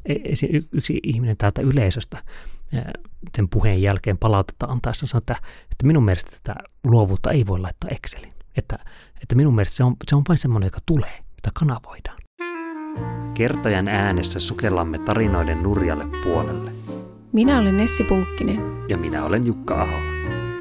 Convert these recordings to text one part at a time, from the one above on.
yksi ihminen täältä yleisöstä sen puheen jälkeen palautetta antaessa sanoi, että minun mielestä tätä luovuutta ei voi laittaa Exceliin. Että minun mielestä se on vain semmoinen, joka tulee, jota kanavoidaan. Kertojan äänessä sukellamme tarinoiden nurjalle puolelle. Minä olen Nessi Pulkkinen. Ja minä olen Jukka Ahola.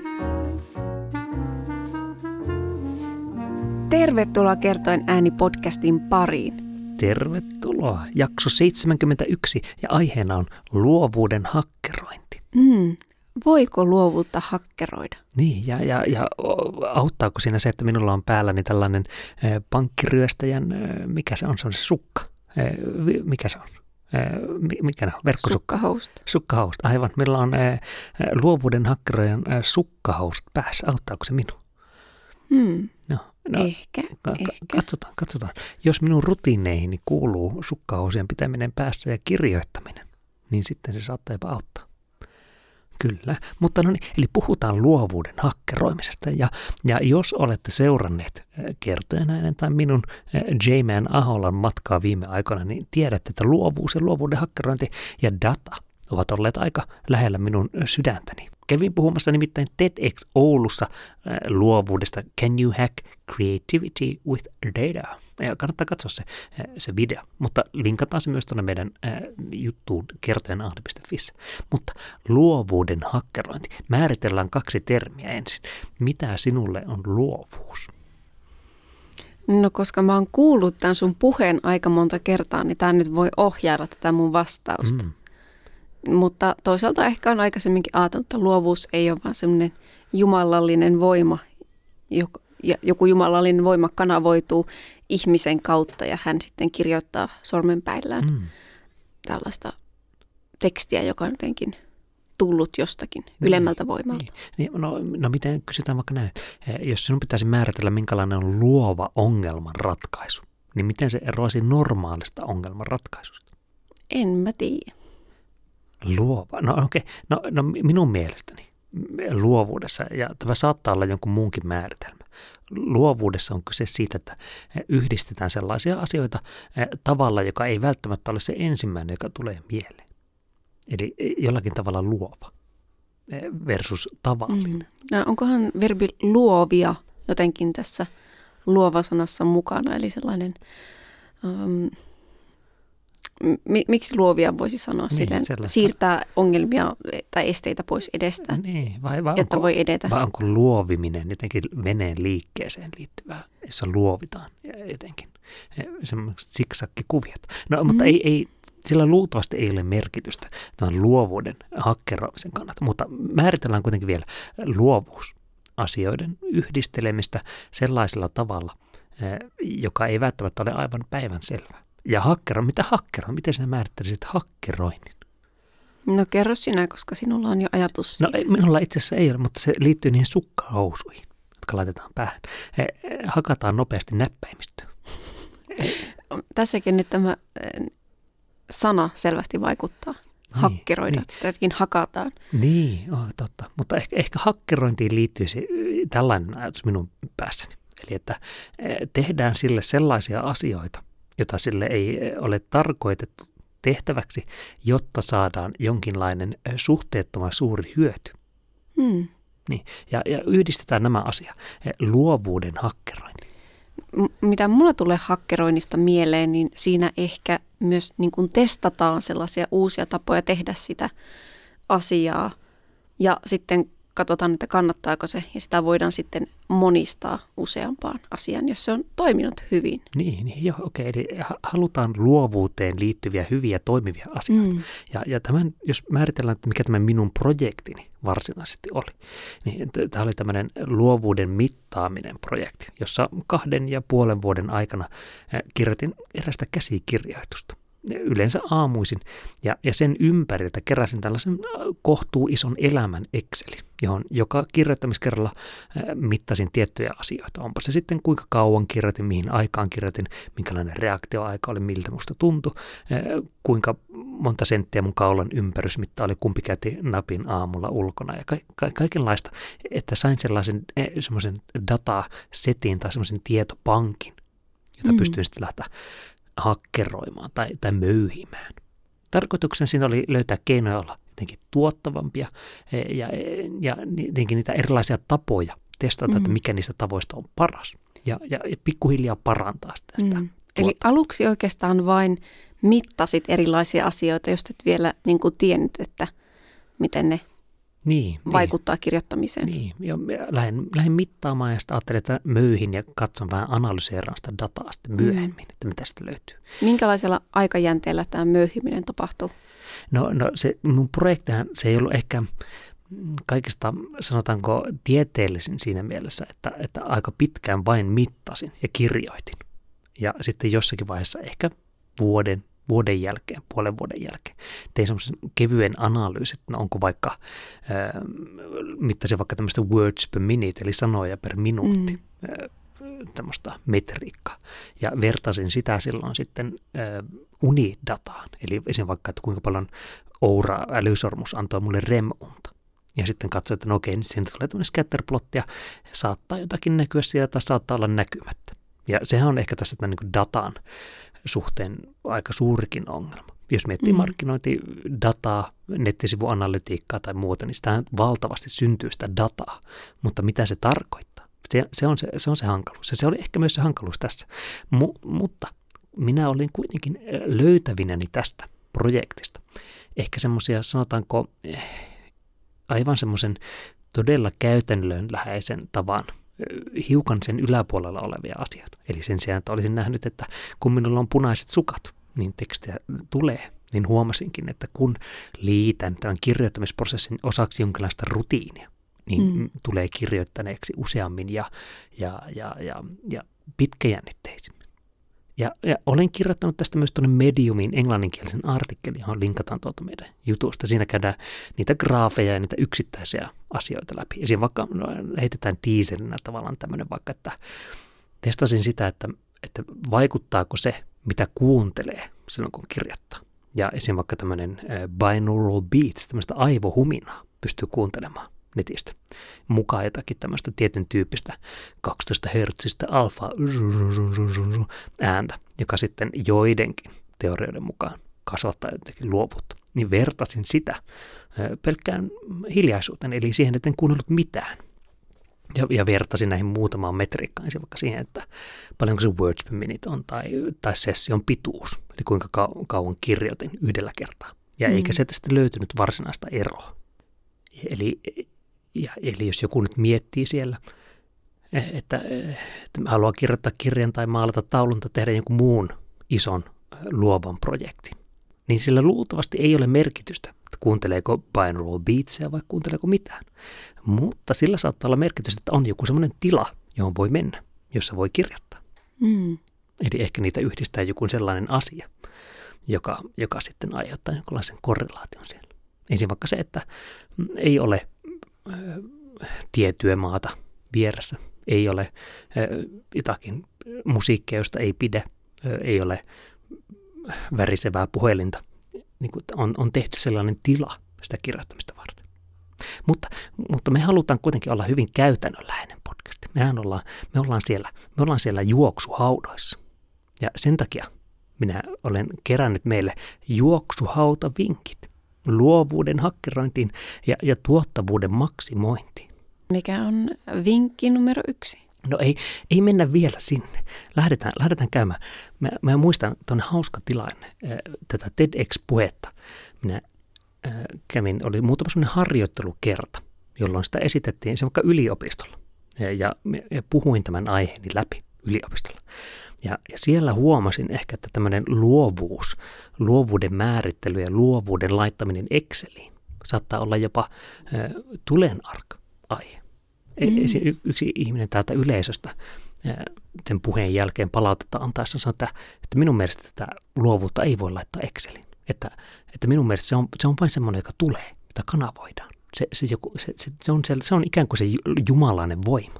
Tervetuloa Kertojen ääni podcastin pariin. Tervetuloa. Jakso 71 ja aiheena on luovuuden hakkerointi. Voiko luovuutta hakkeroida? Niin, ja auttaako siinä se, että minulla on päälläni tällainen pankkiryöstäjän, mikä se on se sukka? Mikä se on? Mikä on? Verkkosukka? Sukkahoust, aivan. Meillä on luovuuden hakkeroijan sukkahoust päässä. Auttaako se minua? No, ehkä. Katsotaan. Jos minun rutiineihini kuuluu sukkahousien pitäminen päässä ja kirjoittaminen, niin sitten se saattaa jopa auttaa. Kyllä, mutta no niin, eli puhutaan luovuuden hakkeroimisesta, ja jos olette seuranneet Kertojen äänen tai minun J-Man Aholan matkaa viime aikoina, niin tiedätte, että luovuus ja luovuuden hakkerointi ja data ovat olleet aika lähellä minun sydäntäni. Kävin puhumassa nimittäin TEDx Oulussa luovuudesta Can you hack creativity with data? Ja kannattaa katsoa se video, mutta linkataan se myös tuonne meidän juttuun kertojenahde.fissä. Mutta luovuuden hakkerointi. Määritellään 2 termiä ensin. Mitä sinulle on luovuus? No koska mä oon kuullut tämän sun puheen aika monta kertaa, niin tää nyt voi ohjailla tätä mun vastausta. Mutta toisaalta ehkä on aikaisemminkin ajatellut, että luovuus ei ole vaan semmoinen jumalallinen voima, joku jumalallinen voima kanavoituu ihmisen kautta ja hän sitten kirjoittaa sormenpäillään tällaista tekstiä, joka on jotenkin tullut jostakin ylemmältä voimalta. Niin, no miten kysytään vaikka näin, jos sinun pitäisi määritellä minkälainen on luova ongelmanratkaisu, niin miten se eroaisi normaalista ongelmanratkaisusta? En mä tiedä. Luova. No okei. No minun mielestäni luovuudessa, ja tämä saattaa olla jonkun muunkin määritelmä, luovuudessa on kyse siitä, että yhdistetään sellaisia asioita tavalla, joka ei välttämättä ole se ensimmäinen, joka tulee mieleen. Eli jollakin tavalla luova versus tavallinen. No, onkohan verbi luovia jotenkin tässä luova-sanassa mukana, eli sellainen... Miksi luovia voisi sanoa silleen, siirtää ongelmia tai esteitä pois edestä, jotta voi edetä? Vai onko luoviminen jotenkin veneen liikkeeseen liittyvää, jossa luovitaan jotenkin semmoiset siksakkikuviot? No, mutta sillä luultavasti ei ole merkitystä tämän luovuuden hakkeroimisen kannalta, mutta määritellään kuitenkin vielä luovuus asioiden yhdistelemistä sellaisella tavalla, joka ei välttämättä ole aivan päivänselvää. Ja miten sinä määrittelisit hakkeroinnin? No kerro sinä, koska sinulla on jo ajatus siitä. No minulla itse asiassa ei ole, mutta se liittyy niihin sukkahousuihin, jotka laitetaan päähän. Hakataan nopeasti näppäimistöön. Tässäkin nyt tämä sana selvästi vaikuttaa. Hakkeroida, että sitä jotenkin hakataan. Niin, totta. Mutta ehkä hakkerointiin liittyy tällainen ajatus minun päässäni. Eli että tehdään sille sellaisia asioita, jota sille ei ole tarkoitettu tehtäväksi, jotta saadaan jonkinlainen suhteettoman suuri hyöty. Niin, ja yhdistetään nämä asiat. Luovuuden hakkerointi. Mitä mulla tulee hakkeroinnista mieleen, niin siinä ehkä myös niin kuin testataan sellaisia uusia tapoja tehdä sitä asiaa ja sitten katsotaan, että kannattaako se, ja sitä voidaan sitten monistaa useampaan asiaan, jos se on toiminut hyvin. Niin, joo, okei. Eli halutaan luovuuteen liittyviä hyviä toimivia asioita. Ja tämän, jos määritellään, että mikä tämä minun projektini varsinaisesti oli, niin tämä oli tämmöinen luovuuden mittaaminen projekti, jossa 2,5 vuoden aikana kirjoitin erästä käsikirjoitusta. Yleensä aamuisin, ja sen ympäriltä keräsin tällaisen kohtuu ison elämän Excelin, johon joka kirjoittamiskerralla mittasin tiettyjä asioita. Onpa se sitten kuinka kauan kirjoitin, mihin aikaan kirjoitin, minkälainen reaktioaika oli, miltä musta tuntui, kuinka monta senttiä mun kaulan ympärysmitta oli, kumpi käytti napin aamulla ulkona ja kaikenlaista, että sain semmoisen datasetin tai semmoisen tietopankin, jota pystyin sitten lähteä hakkeroimaan tai möyhimään. Tarkoituksena siinä oli löytää keinoja olla jotenkin tuottavampia ja jotenkin niitä erilaisia tapoja testata, että mikä niistä tavoista on paras. Ja pikkuhiljaa parantaa sitä. Eli aluksi oikeastaan vain mittasit erilaisia asioita, jos et vielä niin kuin tiennyt, että miten ne vaikuttaa kirjoittamiseen. Niin, ja lähdin mittaamaan ja sitten ajattelin, että möyhin ja katson vähän analyseeraan sitä dataa sitten myöhemmin, että mitä sitä löytyy. Minkälaisella aikajänteellä tämä möyhiminen tapahtuu? No se mun projektihan, se ei ollut ehkä kaikista, sanotaanko, tieteellisin siinä mielessä, että aika pitkään vain mittasin ja kirjoitin. Ja sitten jossakin vaiheessa ehkä vuoden jälkeen, puolen vuoden jälkeen, tein semmoisen kevyen analyysin, että onko vaikka, mittasin vaikka tämmöistä words per minute, eli sanoja per minuutti, tämmöistä metriikkaa. Ja vertasin sitä silloin sitten unidataan, eli esimerkiksi vaikka, että kuinka paljon Oura älysormus antoi mulle REM-unta. Ja sitten katsoin, että no okei, nyt siitä tulee tämmöinen scatterplotti ja saattaa jotakin näkyä siellä tai saattaa olla näkymättä. Ja sehän on ehkä tässä tämän niin kuin datan suhteen aika suurikin ongelma. Jos miettii markkinointidataa, nettisivuanalytiikkaa tai muuta, niin sitä valtavasti syntyy sitä dataa. Mutta mitä se tarkoittaa? Se on se hankaluus. Se oli ehkä myös se hankaluus tässä. Mutta minä olin kuitenkin löytävinäni tästä projektista. Ehkä semmoisia, sanotaanko, aivan semmoisen todella käytännönläheisen tavan, hiukan sen yläpuolella olevia asioita. Eli sen sijaan, että olisin nähnyt, että kun minulla on punaiset sukat, niin tekstiä tulee, niin huomasinkin, että kun liitän tämän kirjoittamisprosessin osaksi jonkinlaista rutiinia, niin tulee kirjoittaneeksi useammin ja pitkäjännitteisimmin. Ja olen kirjoittanut tästä myös tuonne Mediumiin englanninkielisen artikkelin, johon linkataan tuolta meidän jutusta. Siinä käydään niitä graafeja ja niitä yksittäisiä asioita läpi. Ja siinä vaikka heitetään tiiserinä tavallaan tämmöinen vaikka, että testasin sitä, että vaikuttaako se, mitä kuuntelee silloin, kun kirjoittaa. Ja esimerkiksi vaikka tämmöinen binaural beats, tämmöistä aivohuminaa pystyy kuuntelemaan netistä. Mukaan jotakin tämmöistä tietyn tyyppistä 12 hertsistä alfa ääntä, joka sitten joidenkin teorioiden mukaan kasvattaa jotenkin luovuutta. Niin vertasin sitä pelkkään hiljaisuuteen, eli siihen, että en kuunnellut mitään. Ja vertasin näihin muutamaan metriikkaan, vaikka siihen, että paljonko se words per minute on tai session pituus, eli kuinka kauan kirjoitin yhdellä kertaa. Ja eikä se tästä löytynyt varsinaista eroa. Eli jos joku nyt miettii siellä, että haluaa kirjoittaa kirjan tai maalata taulun tai tehdä jonkun muun ison luovan projektin, niin sillä luultavasti ei ole merkitystä, että kuunteleeko binaural beatsia vai kuunteleeko mitään. Mutta sillä saattaa olla merkitystä, että on joku semmoinen tila, johon voi mennä, jossa voi kirjoittaa. Eli ehkä niitä yhdistää joku sellainen asia, joka sitten aiheuttaa jonkinlaisen korrelaation siellä. Ensin vaikka se, että ei ole tietyömaata vieressä, ei ole jotakin musiikkia, josta ei pidä, ei ole värisevää puhelinta. Niin kuin on tehty sellainen tila sitä kirjoittamista varten. Mutta me halutaan kuitenkin olla hyvin käytännönläheinen podcast. Me ollaan siellä juoksuhaudoissa. Ja sen takia minä olen kerännyt meille juoksuhautavinkit luovuuden hakkerointiin ja tuottavuuden maksimointiin. Mikä on vinkki numero 1? No ei mennä vielä sinne. Lähdetään käymään. Mä muistan tuonne hauska tilanne, tätä TEDx-puhetta. Minä oli muutama sellainen harjoittelukerta, jolloin sitä esitettiin se vaikka yliopistolla. Ja puhuin tämän aiheeni läpi yliopistolla. Ja siellä huomasin ehkä, että tämmöinen luovuuden määrittely ja luovuuden laittaminen Exceliin saattaa olla jopa tulenark-aihe. Yksi ihminen täältä yleisöstä sen puheen jälkeen palautetta antaessa sanoi, että minun mielestä tätä luovuutta ei voi laittaa Exceliin. Että minun mielestä se on vain semmoinen, joka tulee, jota kanavoidaan. Se on ikään kuin se jumalainen voima.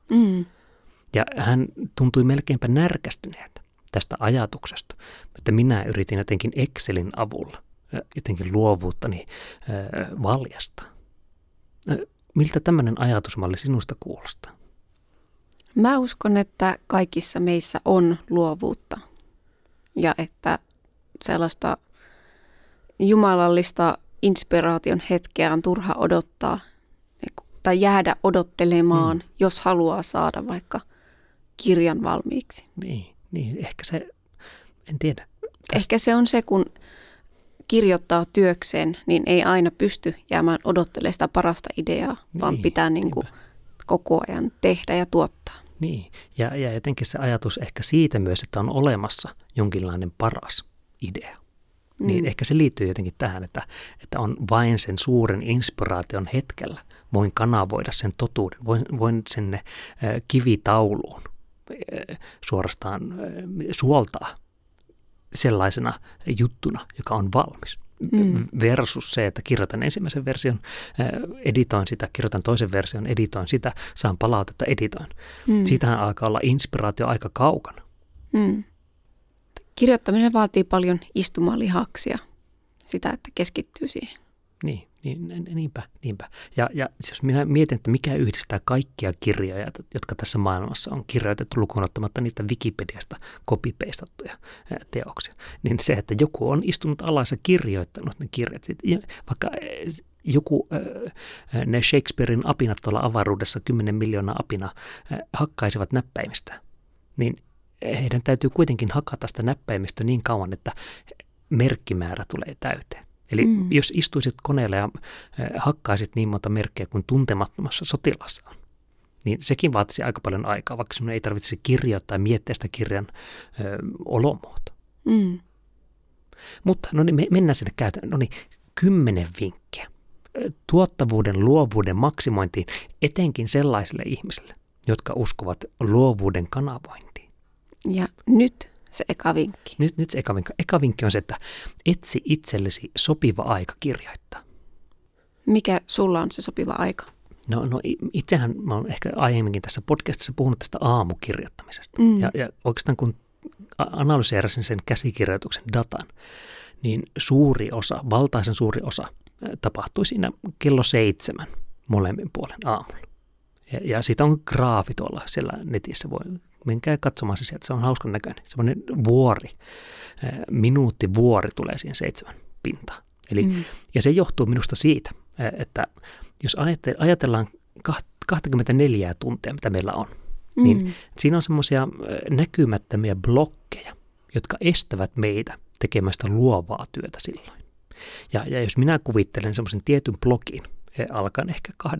Ja hän tuntui melkeinpä närkästyneeltä tästä ajatuksesta, että minä yritin jotenkin Excelin avulla jotenkin luovuuttani valjastaa. Miltä tämmöinen ajatusmalli sinusta kuulostaa? Mä uskon, että kaikissa meissä on luovuutta ja että sellaista jumalallista inspiraation hetkeä on turha odottaa tai jäädä odottelemaan, jos haluaa saada vaikka kirjan valmiiksi. Niin, ehkä se, en tiedä. Ehkä se on se, kun kirjoittaa työkseen, niin ei aina pysty jäämään odottelemaan sitä parasta ideaa, vaan pitää niin kuin koko ajan tehdä ja tuottaa. Niin, ja jotenkin se ajatus ehkä siitä myös, että on olemassa jonkinlainen paras idea. Niin ehkä se liittyy jotenkin tähän, että on vain sen suuren inspiraation hetkellä. Voin kanavoida sen totuuden, voin sen kivitauluun suorastaan suoltaa sellaisena juttuna, joka on valmis. Versus se, että kirjoitan ensimmäisen version, editoin sitä, kirjoitan toisen version, editoin sitä, saan palautetta, editoin. Siitähän alkaa olla inspiraatio aika kaukana. Kirjoittaminen vaatii paljon istumalihaksia, sitä, että keskittyy siihen. Niinpä. Ja jos minä mietin, että mikä yhdistää kaikkia kirjoja, jotka tässä maailmassa on kirjoitettu lukuun ottamatta niitä Wikipediasta copy-pastattuja teoksia, niin se, että joku on istunut alas ja kirjoittanut ne kirjat. Vaikka joku ne Shakespearein apinat tuolla avaruudessa, 10 miljoonaa apinaa, hakkaisivat näppäimistä, niin heidän täytyy kuitenkin hakata sitä näppäimistä niin kauan, että merkkimäärä tulee täyteen. Eli jos istuisit koneella ja hakkaisit niin monta merkkiä kuin tuntemattomassa sotilassa on, niin sekin vaatisi aika paljon aikaa, vaikka sinun ei tarvitse kirjoittaa tai miettiä sitä kirjan olomuotoa. Mutta no niin, mennään sinne käytännön. No niin, 10 vinkkiä tuottavuuden, luovuuden maksimointiin, etenkin sellaisille ihmisille, jotka uskovat luovuuden kanavointiin. Ja nyt se eka vinkki. Nyt se eka vinkki. Eka vinkki on se, että etsi itsellesi sopiva aika kirjoittaa. Mikä sulla on se sopiva aika? No itsehän mä oon ehkä aiemminkin tässä podcastissa puhunut tästä aamukirjoittamisesta. Ja oikeastaan kun analyseerasin sen käsikirjoituksen datan, niin valtaisen suuri osa tapahtui siinä kello 7 molemmin puolen aamulla. Ja siitä on graafi tuolla siellä netissä, menkää katsomaan se sieltä, se on hauskan näköinen. Semmoinen vuori, minuuttivuori tulee siihen 7 pintaan. Ja se johtuu minusta siitä, että jos ajatellaan 24 tuntia, mitä meillä on, niin siinä on semmoisia näkymättömiä blokkeja, jotka estävät meitä tekemästä luovaa työtä silloin. Ja jos minä kuvittelen semmoisen tietyn blokin, alkan ehkä 8-4,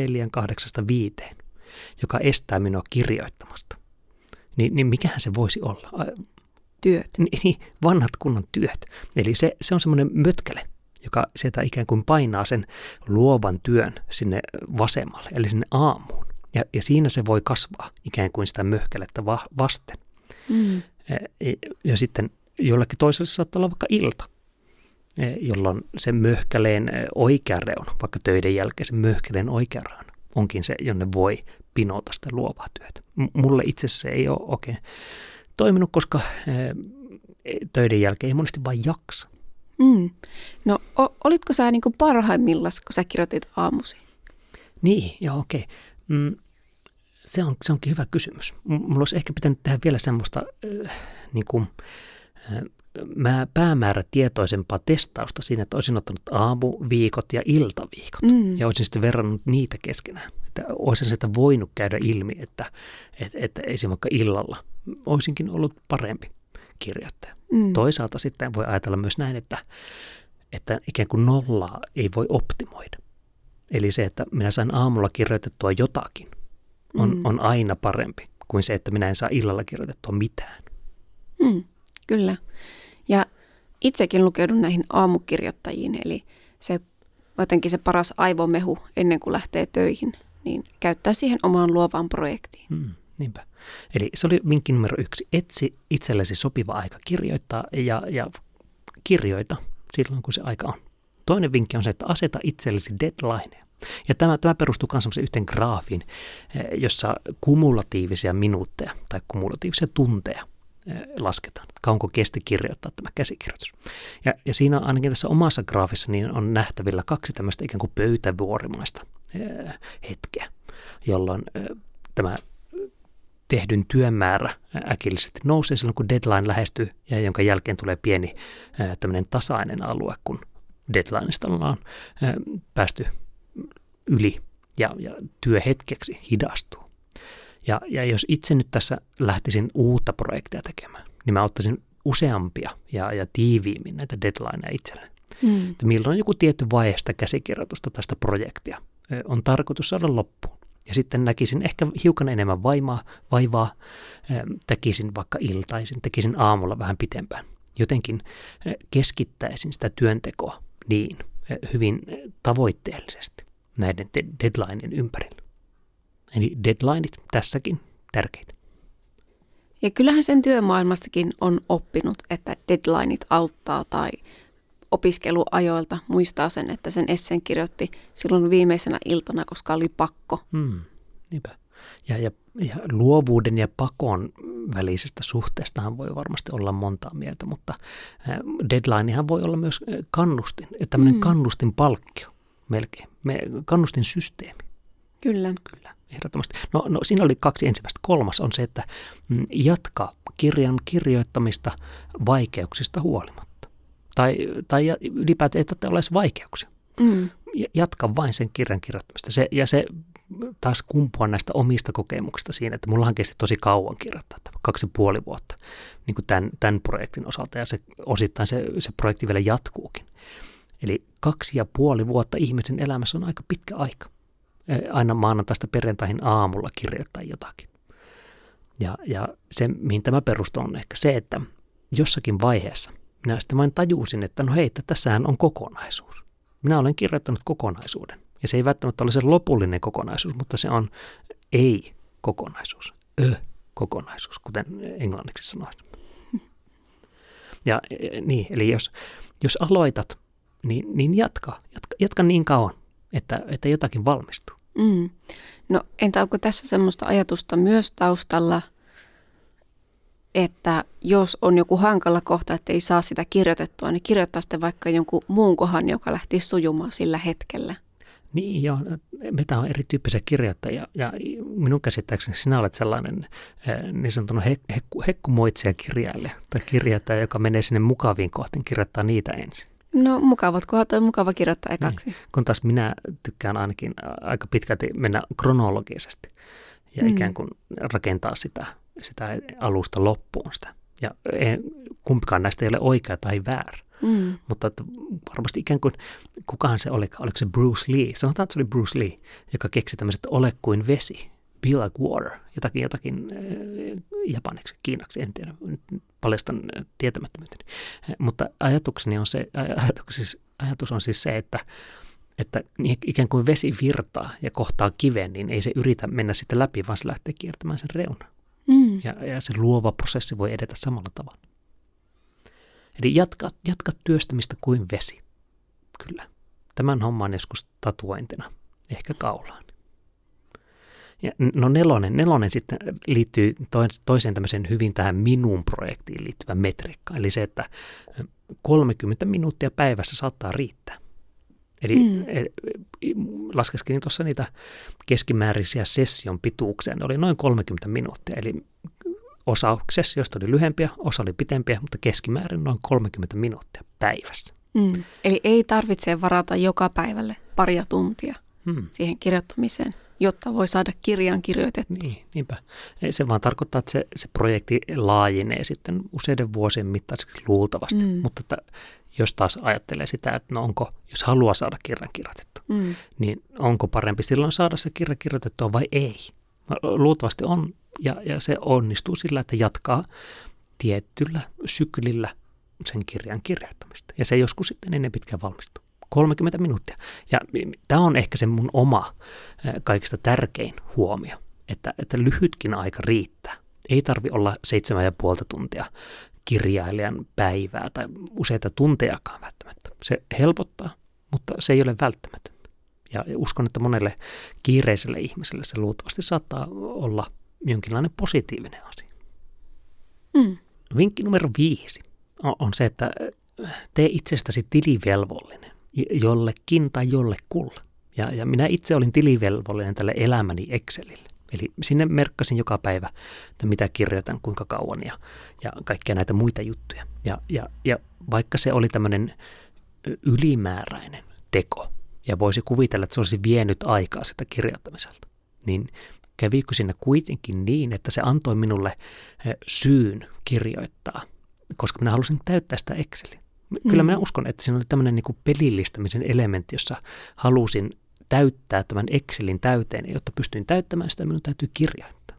8-5, joka estää minua kirjoittamasta, niin mikähän se voisi olla? Työt. Niin, vanhat kunnon työt. Eli se on semmoinen mötkele, joka sieltä ikään kuin painaa sen luovan työn sinne vasemmalle, eli sinne aamuun. Ja siinä se voi kasvaa ikään kuin sitä möhkälettä vasten. Ja sitten jollekin toiselle saattaa olla vaikka ilta, jolloin se möhkäleen oikea reuna, vaikka töiden jälkeen se möhkäleen oikea reuna, onkin se, jonne voi pinota sitä luovaa työtä. Mulle itse asiassa se ei ole oikein toiminut, koska töiden jälkeen ei monesti vain jaksa. No olitko sä niin kuin parhaimmillaan, kun sä kirjoitit aamusi? Niin, joo okei. Se onkin hyvä kysymys. Mulla olisi ehkä pitänyt tehdä vielä semmoista päämäärätietoisempaa testausta siinä, että olisin ottanut aamuviikot ja iltaviikot ja olisin sitten verrannut niitä keskenään. Että olisin sitä voinut käydä ilmi, että esimerkiksi vaikka illalla olisinkin ollut parempi kirjoittaja. Toisaalta sitten voi ajatella myös näin, että ikään kuin nollaa ei voi optimoida. Eli se, että minä sain aamulla kirjoitettua jotakin, on aina parempi kuin se, että minä en saa illalla kirjoitettua mitään. Kyllä. Ja itsekin lukeudun näihin aamukirjoittajiin, eli jotenkin se paras aivomehu ennen kuin lähtee töihin, niin käyttää siihen omaan luovaan projektiin. Niinpä. Eli se oli vinkki numero 1. Etsi itsellesi sopiva aika kirjoittaa ja kirjoita silloin, kun se aika on. Toinen vinkki on se, että aseta itsellesi deadlineja. Ja tämä perustuu myös semmoisen yhteen graafiin, jossa kumulatiivisia minuutteja tai kumulatiivisia tunteja lasketaan. Kauanko kesti kirjoittaa tämä käsikirjoitus. Ja siinä ainakin tässä omassa graafissa niin on nähtävillä 2 tämmöistä ikään kuin pöytävuorimaista hetkeä, jolloin tämä tehdyn työn määrä äkillisesti nousee silloin, kun deadline lähestyy, ja jonka jälkeen tulee pieni tämmöinen tasainen alue, kun deadlineista ollaan päästy yli ja työ hetkeksi hidastuu. Ja jos itse nyt tässä lähtisin uutta projektia tekemään, niin mä ottaisin useampia ja tiiviimmin näitä deadlineja itselle. Että milloin joku tietty vaihe sitä käsikirjoitusta tai sitä projektia on tarkoitus saada loppuun. Ja sitten näkisin ehkä hiukan enemmän vaivaa, tekisin vaikka iltaisin, tekisin aamulla vähän pitempään. Jotenkin keskittäisin sitä työntekoa niin hyvin tavoitteellisesti näiden deadlinein ympärillä. Eli deadlineit tässäkin tärkeitä. Ja kyllähän sen työmaailmastakin on oppinut, että deadlineit auttaa tai opiskeluajoilta muistaa sen, että sen esseen kirjoitti silloin viimeisenä iltana, koska oli pakko. Niinpä. Ja luovuuden ja pakon välisestä suhteestahan voi varmasti olla montaa mieltä, mutta deadlinehan voi olla myös kannustin, tämmöinen kannustinpalkkio melkein, kannustin systeemi. Kyllä, ehdottomasti. No siinä oli 2 ensimmäistä. 3. on se, että jatka kirjan kirjoittamista vaikeuksista huolimatta. Tai ylipäätään ei tarvitse olla edes vaikeuksia. Jatka vain sen kirjan kirjoittamista. Se taas kumpuaa näistä omista kokemuksista siinä, että mullahan kesti tosi kauan kirjoittaa, 2,5 vuotta niin kuin tämän projektin osalta, ja osittain se projekti vielä jatkuukin. Eli 2,5 vuotta ihmisen elämässä on aika pitkä aika. Aina maanantaista perjantaihin aamulla kirjoittaa jotakin. Ja se, mihin tämä perustuu, on ehkä se, että jossakin vaiheessa minä sitten vain tajusin, että no hei, tässähän on kokonaisuus. Minä olen kirjoittanut kokonaisuuden. Ja se ei välttämättä ole se lopullinen kokonaisuus, mutta se on ei-kokonaisuus. Kokonaisuus, kuten englanniksi sanoisin. Ja niin, eli jos aloitat, niin jatka niin kauan, että jotakin valmistuu. No entä onko tässä semmoista ajatusta myös taustalla, että jos on joku hankala kohta, että ei saa sitä kirjoitettua, niin kirjoittaa sitten vaikka jonkun muun kohan, joka lähti sujumaan sillä hetkellä. Niin joo, meitä on erityyppisiä kirjoittajia ja minun käsittääkseni sinä olet sellainen niin sanotun hekkumoitsija kirjailija tai kirjoittaja, joka menee sinne mukaviin kohtiin, kirjoittaa niitä ensin. No mukavat kohdat on mukava kirjoittaa ekaksi. Niin, kun taas minä tykkään ainakin aika pitkälti mennä kronologisesti ja ikään kuin rakentaa sitä alusta loppuun sitä. Ja kumpikaan näistä ei ole oikea tai väärä. Mutta että varmasti ikään kuin, kukahan se oli, oliko se Bruce Lee? Sanotaan, että se oli Bruce Lee, joka keksi tämmöiset ole kuin vesi, be like water, jotakin japaniksi, kiinaksi, en tiedä, paljastan tietämättömyyteni. Mutta ajatus on siis se, että ikään kuin vesi virtaa ja kohtaa kiven, niin ei se yritä mennä sitten läpi, vaan se lähtee kiertämään sen reunan. Ja se luova prosessi voi edetä samalla tavalla. Eli jatka työstämistä kuin vesi. Kyllä. Tämän homman joskus tatuointina, ehkä kaulaan. Ja no nelonen sitten liittyy toiseen tämmöiseen hyvin tähän minun projektiin liittyvään metriikkaan. Eli se, että 30 minuuttia päivässä saattaa riittää. Eli laskeskelin tuossa niitä keskimääräisiä session pituuksia. Ne oli noin 30 minuuttia. Eli osa sessioista oli lyhempiä, osa oli pitempiä, mutta keskimäärin noin 30 minuuttia päivässä. Eli ei tarvitse varata joka päivälle paria tuntia siihen kirjoittamiseen, jotta voi saada kirjan kirjoitettua. Niinpä. Se vaan tarkoittaa, että se projekti laajenee sitten useiden vuosien mittaiseksi luultavasti. Mutta että jos taas ajattelee sitä, että no jos haluaa saada kirjan kirjoitettua, niin onko parempi silloin saada se kirja kirjoitettua vai ei? Luultavasti on, ja se onnistuu sillä, että jatkaa tietyllä syklillä sen kirjan kirjoittamista. Ja se joskus sitten ennen pitkään valmistuu. 30 minuuttia. Ja tämä on ehkä se mun oma kaikista tärkein huomio, että lyhytkin aika riittää. Ei tarvi olla 7,5 tuntia kirjailijan päivää tai useita tuntejakaan välttämättä. Se helpottaa, mutta se ei ole välttämätöntä. Ja uskon, että monelle kiireiselle ihmiselle se luultavasti saattaa olla jonkinlainen positiivinen asia. Vinkki numero 5 on se, että tee itsestäsi tilivelvollinen jollekin tai jollekulle. Ja minä itse olin tilivelvollinen tälle elämäni Excelille. Eli sinne merkkasin joka päivä, että mitä kirjoitan, kuinka kauan ja kaikkia näitä muita juttuja. Ja vaikka se oli tämmöinen ylimääräinen teko, ja voisi kuvitella, että se olisi vienyt aikaa sitä kirjoittamiselta, niin kävikö siinä kuitenkin niin, että se antoi minulle syyn kirjoittaa, koska minä halusin täyttää sitä Exceliä. Kyllä minä uskon, että siinä oli tämmöinen niin kuin pelillistämisen elementti, jossa halusin täyttää tämän Excelin täyteen, jotta pystyin täyttämään sitä, minun täytyy kirjoittaa.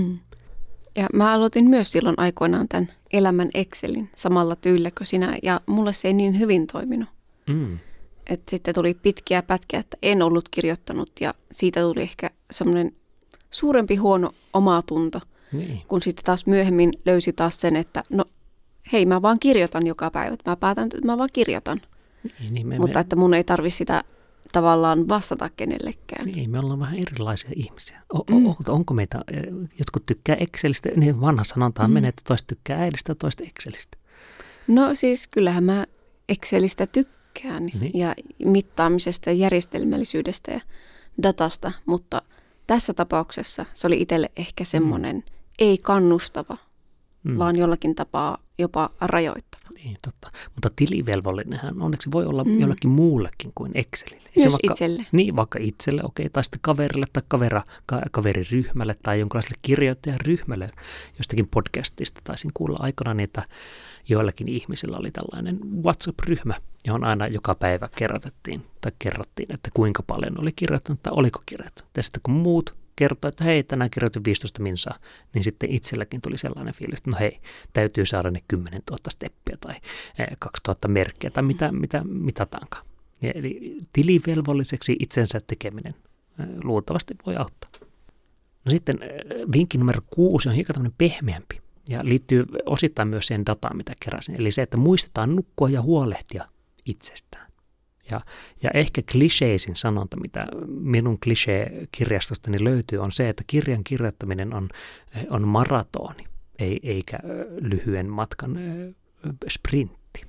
Ja mä aloitin myös silloin aikoinaan tämän elämän Excelin samalla tyylillä kuin sinä, ja mulle se ei niin hyvin toiminut. Et sitten tuli pitkiä pätkiä, että en ollut kirjoittanut, ja siitä tuli ehkä semmoinen suurempi huono omatunto, kun sitten taas myöhemmin löysi taas sen, että no hei, mä vaan kirjoitan joka päivä. Mä päätän, että mä vaan kirjoitan. Mutta että mun ei tarvitse sitä tavallaan vastata kenellekään. Niin, me ollaan vähän erilaisia ihmisiä. Onko meitä, jotkut tykkää Excelistä, niin vanha sanontaan menee, että toiset tykkää äidistä ja toiset Excelistä. No siis kyllähän mä Excelistä tykkään ja mittaamisesta ja järjestelmällisyydestä ja datasta, mutta tässä tapauksessa se oli itselle ehkä semmoinen ei kannustava, vaan jollakin tapaa jopa rajoittava. Niin, totta. Mutta tilivelvollinenhan onneksi voi olla jollakin muullekin kuin Excelille. Myös itselle. Niin, vaikka itselle, okei, tai sitten kaverille tai kaveriryhmälle tai jonkinlaiselle kirjoittajaryhmälle. Jostakin podcastista taisin kuulla aikanaan, että joillakin ihmisillä oli tällainen WhatsApp-ryhmä, johon aina joka päivä kerrottiin, että kuinka paljon oli kirjoittanut tai oliko kirjoittanut. Ja sitten kun muut kertoi, että hei, tänään kirjoitin 15 minsaa, niin sitten itselläkin tuli sellainen fiilis, että no hei, täytyy saada ne 10 000 steppiä tai 2000 merkkiä tai mitä mitataankaan. Eli tilivelvolliseksi itsensä tekeminen luultavasti voi auttaa. No sitten vinkki numero 6 on hiukan tämmöinen pehmeämpi ja liittyy osittain myös siihen dataan, mitä keräsin. Eli se, että muistetaan nukkua ja huolehtia itsestään. Ja ehkä kliseisin sanonta, mitä minun klisee-kirjastostani löytyy, on se, että kirjan kirjoittaminen on maratoni, eikä lyhyen matkan sprintti.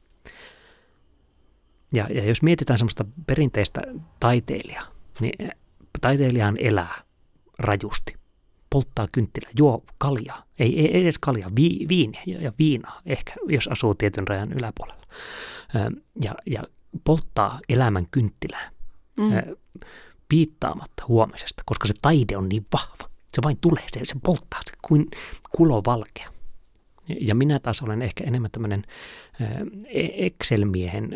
Ja jos mietitään semmoista perinteistä taiteilijaa, niin taiteilijahan elää rajusti, polttaa kynttilää, juo kaljaa, ei edes kaljaa, viiniä ja viinaa ehkä, jos asuu tietyn rajan yläpuolella. Ja polttaa elämän kynttilää piittaamatta huomisesta, koska se taide on niin vahva. Se vain tulee, se polttaa se kuin kulovalkea. Ja minä taas olen ehkä enemmän tämmöinen Excel-miehen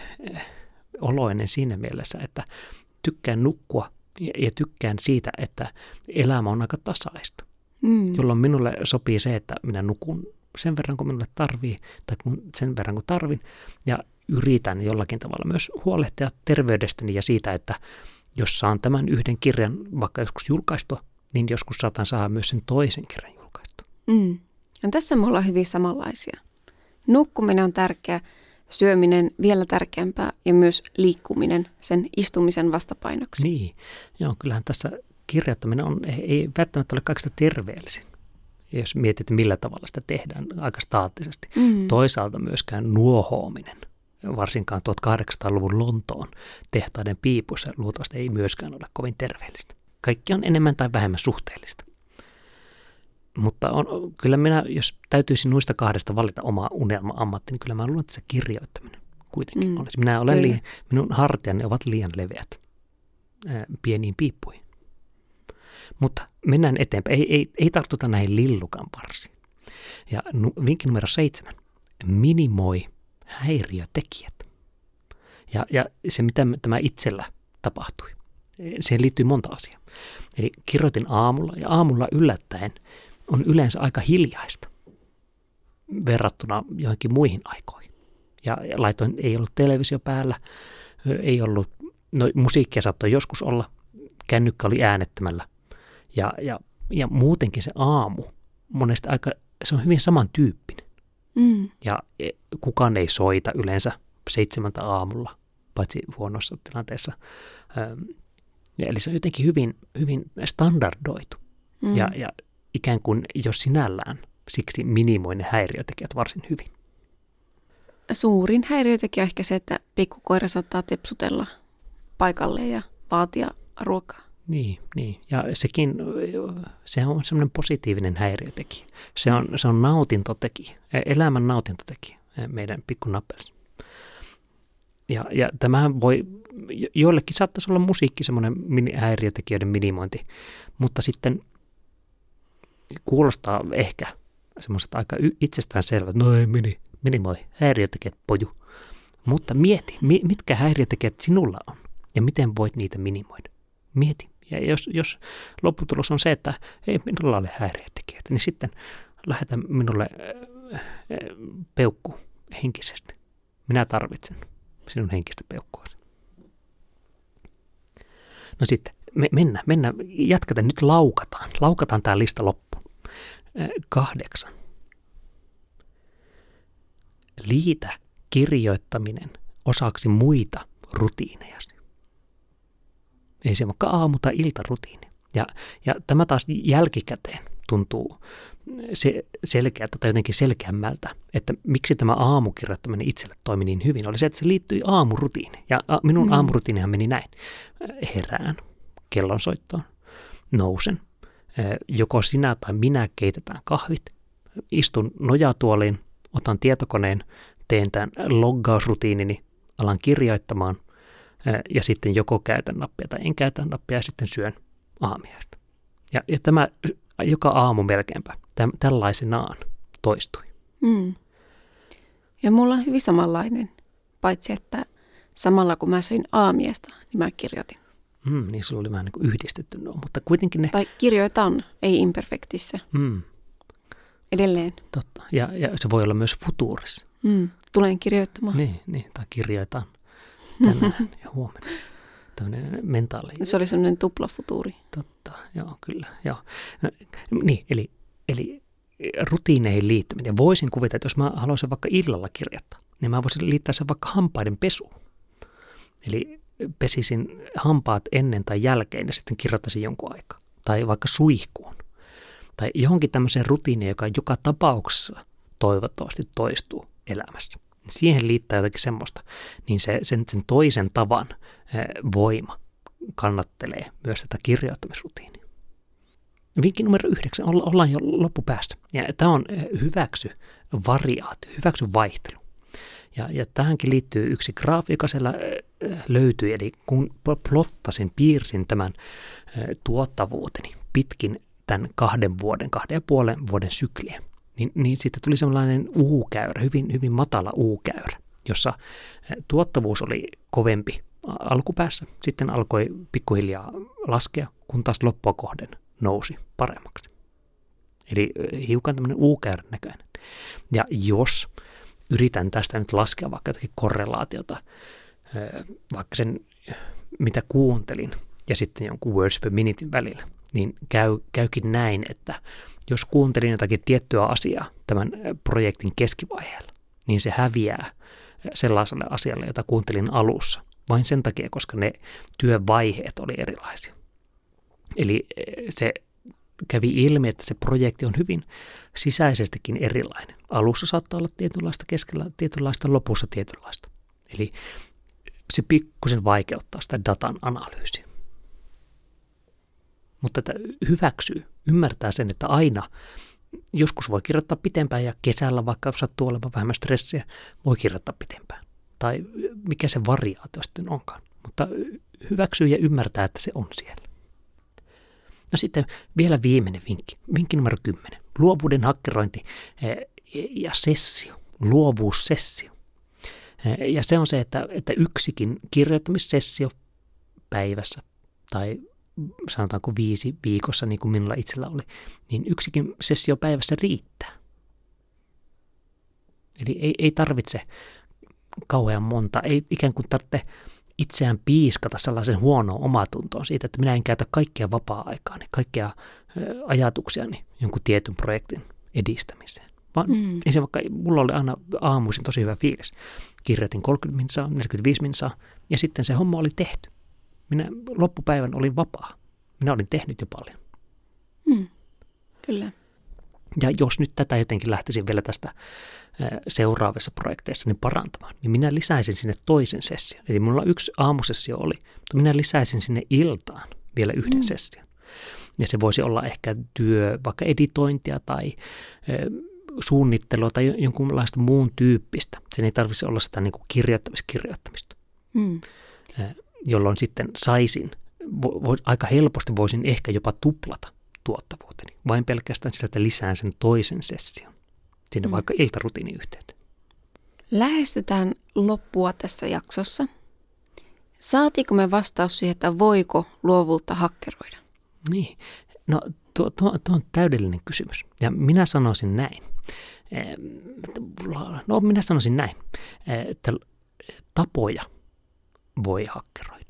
oloinen siinä mielessä, että tykkään nukkua ja tykkään siitä, että elämä on aika tasaista. Jolloin minulle sopii se, että minä nukun sen verran, kun minulle tarvii, tai sen verran, kun tarvin, ja yritän jollakin tavalla myös huolehtia terveydestäni ja siitä, että jos saan tämän yhden kirjan vaikka joskus julkaistua, niin joskus saatan saada myös sen toisen kirjan julkaistua. Ja tässä me ollaan hyvin samanlaisia. Nukkuminen on tärkeä, syöminen vielä tärkeämpää ja myös liikkuminen sen istumisen vastapainoksi. Niin, joo, kyllähän tässä kirjoittaminen ei välttämättä ole kaikista terveellisin. Jos mietit, millä tavalla sitä tehdään aika staattisesti. Toisaalta myöskään nuohoaminen, varsinkaan 1800-luvun Lontoon tehtaiden piipuissa, luultavasti ei myöskään ole kovin terveellistä. Kaikki on enemmän tai vähemmän suhteellista. Mutta kyllä minä, jos täytyisi noista kahdesta valita oma unelma-ammatti, niin kyllä mä luulen, että se kirjoittaminen kuitenkin olisi. Minun hartiani ovat liian leveät pieniin piippuihin. Mutta mennään eteenpäin. Ei tartuta näihin lillukan varsiin. Ja vinkki numero 7. Minimoi häiriötekijät. Ja se, mitä tämä itsellä tapahtui. Siihen liittyy monta asiaa. Eli kirjoitin aamulla, ja aamulla yllättäen on yleensä aika hiljaista verrattuna johonkin muihin aikoihin. Ja laitoin, ei ollut televisio päällä, ei ollut, musiikkia saattoi joskus olla, kännykkä oli äänettömällä. Ja muutenkin se aamu, monesti se on hyvin samantyyppinen. Ja kukaan ei soita yleensä 7 aamulla, paitsi huonossa tilanteessa. Eli se on jotenkin hyvin, hyvin standardoitu. Ja ikään kuin jo sinällään siksi minimoi ne häiriötekijät varsin hyvin. Suurin häiriötekijä on ehkä se, että pikkukoira saattaa tepsutella paikalle ja vaatia ruokaa. Niin. Ja se on semmoinen positiivinen häiriötekijä. Se on nautintotekijä, elämän nautintotekijä meidän pikkunappelissa. Ja tämähän voi, joillekin saattaisi olla musiikki semmoinen häiriötekijöiden minimointi, mutta sitten kuulostaa ehkä semmoiset aika itsestään selvät, no ei minimoi, häiriötekijät poju. Mutta mieti, mitkä häiriötekijät sinulla on ja miten voit niitä minimoida. Mieti. Ja jos lopputulos on se, että ei minulla ole häiriötekijöitä, niin sitten lähetä minulle peukku henkisesti. Minä tarvitsen sinun henkistä peukkuasi. No sitten, mennään, jatketaan, nyt laukataan tämä lista loppuun. 8. Liitä kirjoittaminen osaksi muita rutiinejasi. Ei se vaikka aamu- tai iltarutiini. Ja tämä taas jälkikäteen tuntuu selkeältä tai jotenkin selkeämmältä, että miksi tämä aamukirjoittaminen itselle toimi niin hyvin, oli se, että se liittyi aamurutiiniin. Ja minun aamurutiinihan meni näin. Herään kellonsoittoon, nousen, joko sinä tai minä keitetään kahvit, istun nojatuoliin, otan tietokoneen, teen tämän loggausrutiinini, alan kirjoittamaan ja sitten joko käytän nappia tai en käytä nappia ja sitten syön aamiaista. Ja tämä joka aamu melkeinpä tällaisenaan toistui. Ja mulla on hyvin samanlainen, paitsi että samalla kun mä söin aamiaista, niin mä kirjoitin. Niin sulla oli vähän niin kuin yhdistetty nuo, mutta kuitenkin ne... Tai kirjoitan, ei imperfektissä. Edelleen. Totta, ja se voi olla myös futuurissa. Tulen kirjoittamaan. Niin, tai kirjoitan tänään ja huomenna. Tämmöinen mentaali... Se oli semmoinen tuplafutuuri. Totta, joo, kyllä. Joo. No, niin, eli rutiineihin liittäminen. Ja voisin kuvitella, että jos mä haluaisin vaikka illalla kirjoittaa, niin mä voisin liittää sen vaikka hampaiden pesuun. Eli pesisin hampaat ennen tai jälkeen ja sitten kirjoittaisin jonkun aikaa. Tai vaikka suihkuun. Tai johonkin tämmöiseen rutiiniin, joka joka tapauksessa toivottavasti toistuu elämässä. Siihen liittää jotakin semmoista, niin sen toisen tavan voima kannattelee myös tätä kirjoittamisrutiinia. Vinkki numero 9, ollaan jo loppupäässä. Ja tämä on hyväksy variaatio, hyväksy vaihtelu. Ja tähänkin liittyy yksi graafi, joka siellä löytyi, eli kun piirsin tämän tuottavuuteni pitkin tämän 2 vuoden, 2,5 vuoden sykliä, niin sitten tuli sellainen U-käyrä, hyvin, hyvin matala U-käyrä, jossa tuottavuus oli kovempi alkupäässä, sitten alkoi pikkuhiljaa laskea, kun taas loppua kohden nousi paremmaksi. Eli hiukan tämmöinen U-käyrän näköinen. Ja jos yritän tästä nyt laskea vaikka jotakin korrelaatiota, vaikka sen mitä kuuntelin ja sitten jonkun words per minutein välillä, niin käykin näin, että jos kuuntelin jotakin tiettyä asiaa tämän projektin keskivaiheella, niin se häviää sellaiselle asialle, jota kuuntelin alussa, vain sen takia, koska ne työvaiheet oli erilaisia. Eli se kävi ilmi, että se projekti on hyvin sisäisestikin erilainen. Alussa saattaa olla tietynlaista, keskellä tietynlaista, lopussa tietynlaista. Eli se pikkusen vaikeuttaa sitä datan analyysiä. Mutta että hyväksyy, ymmärtää sen, että aina joskus voi kirjoittaa pitempään ja kesällä, vaikka jos sattuu olemaan vähemmän stressiä, voi kirjoittaa pitempään. Tai mikä se variaatio sitten onkaan. Mutta hyväksyy ja ymmärtää, että se on siellä. No sitten vielä viimeinen vinkki. Vinkki numero 10. Luovuuden hakkerointi ja sessio. Luovuussessio. Ja se on se, että yksikin kirjoittamissessio päivässä tai sanotaanko 5 viikossa, niin kuin minulla itsellä oli, niin yksikin sessio päivässä riittää. Eli ei tarvitse kauhean monta, ei ikään kuin tarvitse itseään piiskata sellaisen huonoon omatuntoon siitä, että minä en käytä kaikkea vapaa-aikaani, kaikkea ajatuksiani jonkun tietyn projektin edistämiseen. Vaan se vaikka mulla oli aina aamuisin tosi hyvä fiilis. Kirjoitin 30 minsaa, 45 minsaa ja sitten se homma oli tehty. Minä loppupäivän olin vapaa. Minä olin tehnyt jo paljon. Kyllä. Ja jos nyt tätä jotenkin lähtisin vielä tästä seuraavissa projekteissa niin parantamaan, niin minä lisäisin sinne toisen session. Eli minulla 1 aamusessio oli, mutta minä lisäisin sinne iltaan vielä yhden session. Ja se voisi olla ehkä vaikka editointia tai suunnittelua tai jonkunlaista muun tyyppistä. Sen ei tarvitse olla sitä niin kuin kirjoittamista. Jolloin sitten saisin, aika helposti voisin ehkä jopa tuplata tuottavuuteni. Vain pelkästään sillä, että lisään sen toisen session sinne vaikka iltarutiiniyhteyteen. Lähestytään loppua tässä jaksossa. Saatiinko me vastaus siihen, että voiko luovuutta hakkeroida? Niin, no tuo on täydellinen kysymys. Ja minä sanoisin näin. Että tapoja voi hakkeroida.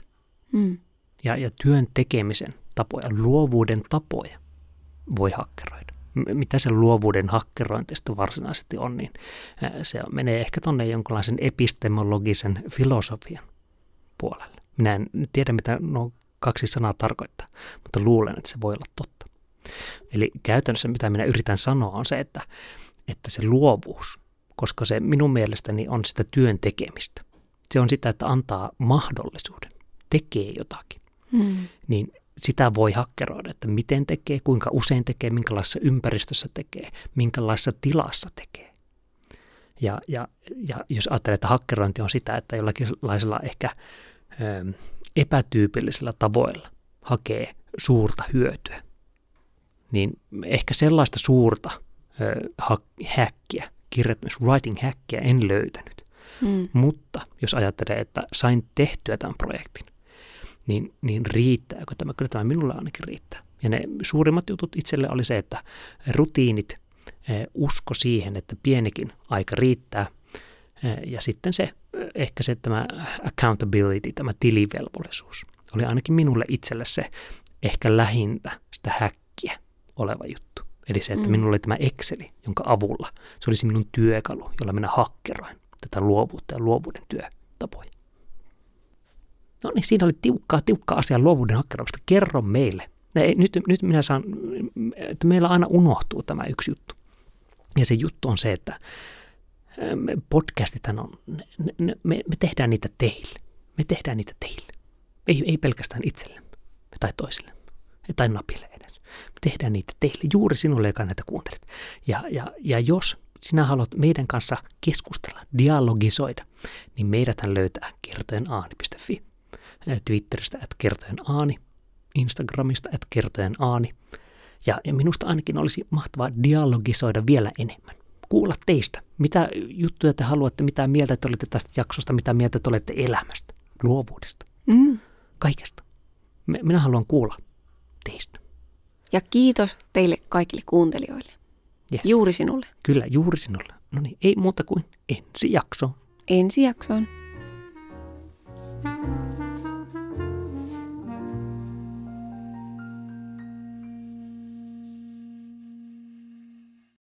Ja työn tekemisen tapoja, luovuuden tapoja voi hakkeroida. Mitä se luovuuden hakkerointista varsinaisesti on, niin se menee ehkä tuonne jonkinlaisen epistemologisen filosofian puolelle. Minä en tiedä, mitä nuo 2 sanaa tarkoittaa, mutta luulen, että se voi olla totta. Eli käytännössä mitä minä yritän sanoa on se, että se luovuus, koska se minun mielestäni on sitä työn tekemistä. Se on sitä, että antaa mahdollisuuden, tekee jotakin. Niin sitä voi hakkeroida, että miten tekee, kuinka usein tekee, minkälaisessa ympäristössä tekee, minkälaisessa tilassa tekee. Ja jos ajattelee, että hakkerointi on sitä, että jollakinlaisella ehkä epätyypillisillä tavoilla hakee suurta hyötyä, niin ehkä sellaista suurta häkkiä, writing häkkiä en löytänyt. Mutta jos ajattelee, että sain tehtyä tämän projektin, niin riittääkö tämä? Kyllä tämä minulle ainakin riittää. Ja ne suurimmat jutut itselle oli se, että rutiinit, usko siihen, että pienikin aika riittää. Ja sitten ehkä tämä accountability, tämä tilivelvollisuus, oli ainakin minulle itselle se ehkä lähintä sitä häkkiä oleva juttu. Eli se, että minulla oli tämä Exceli, jonka avulla se olisi minun työkalu, jolla minä hakkeroin tätä luovuutta ja luovuuden työtapoja. No niin, siinä oli tiukkaa asiaa luovuuden hakkeroimista. Kerro meille. Nyt minä saan, että meillä aina unohtuu tämä yksi juttu. Ja se juttu on se, että podcastithan on, me tehdään niitä teille. Me tehdään niitä teille. Ei pelkästään itsellemme tai toisillemme tai napille edes. Me tehdään niitä teille, juuri sinulle, joka näitä kuuntelet. Ja jos sinä haluat meidän kanssa keskustella, dialogisoida, niin meidäthän löytää kertojenaani.fi, Twitteristä @kertojenaani, Instagramista @kertojenaani. Ja minusta ainakin olisi mahtavaa dialogisoida vielä enemmän. Kuulla teistä, mitä juttuja te haluatte, mitä mieltä te olette tästä jaksosta, mitä mieltä te olette elämästä, luovuudesta, kaikesta. Minä haluan kuulla teistä. Ja kiitos teille kaikille kuuntelijoille. Yes. Juuri sinulle. Kyllä, juuri sinulle. No niin, ei muuta kuin ensi jaksoon. Ensi jaksoon.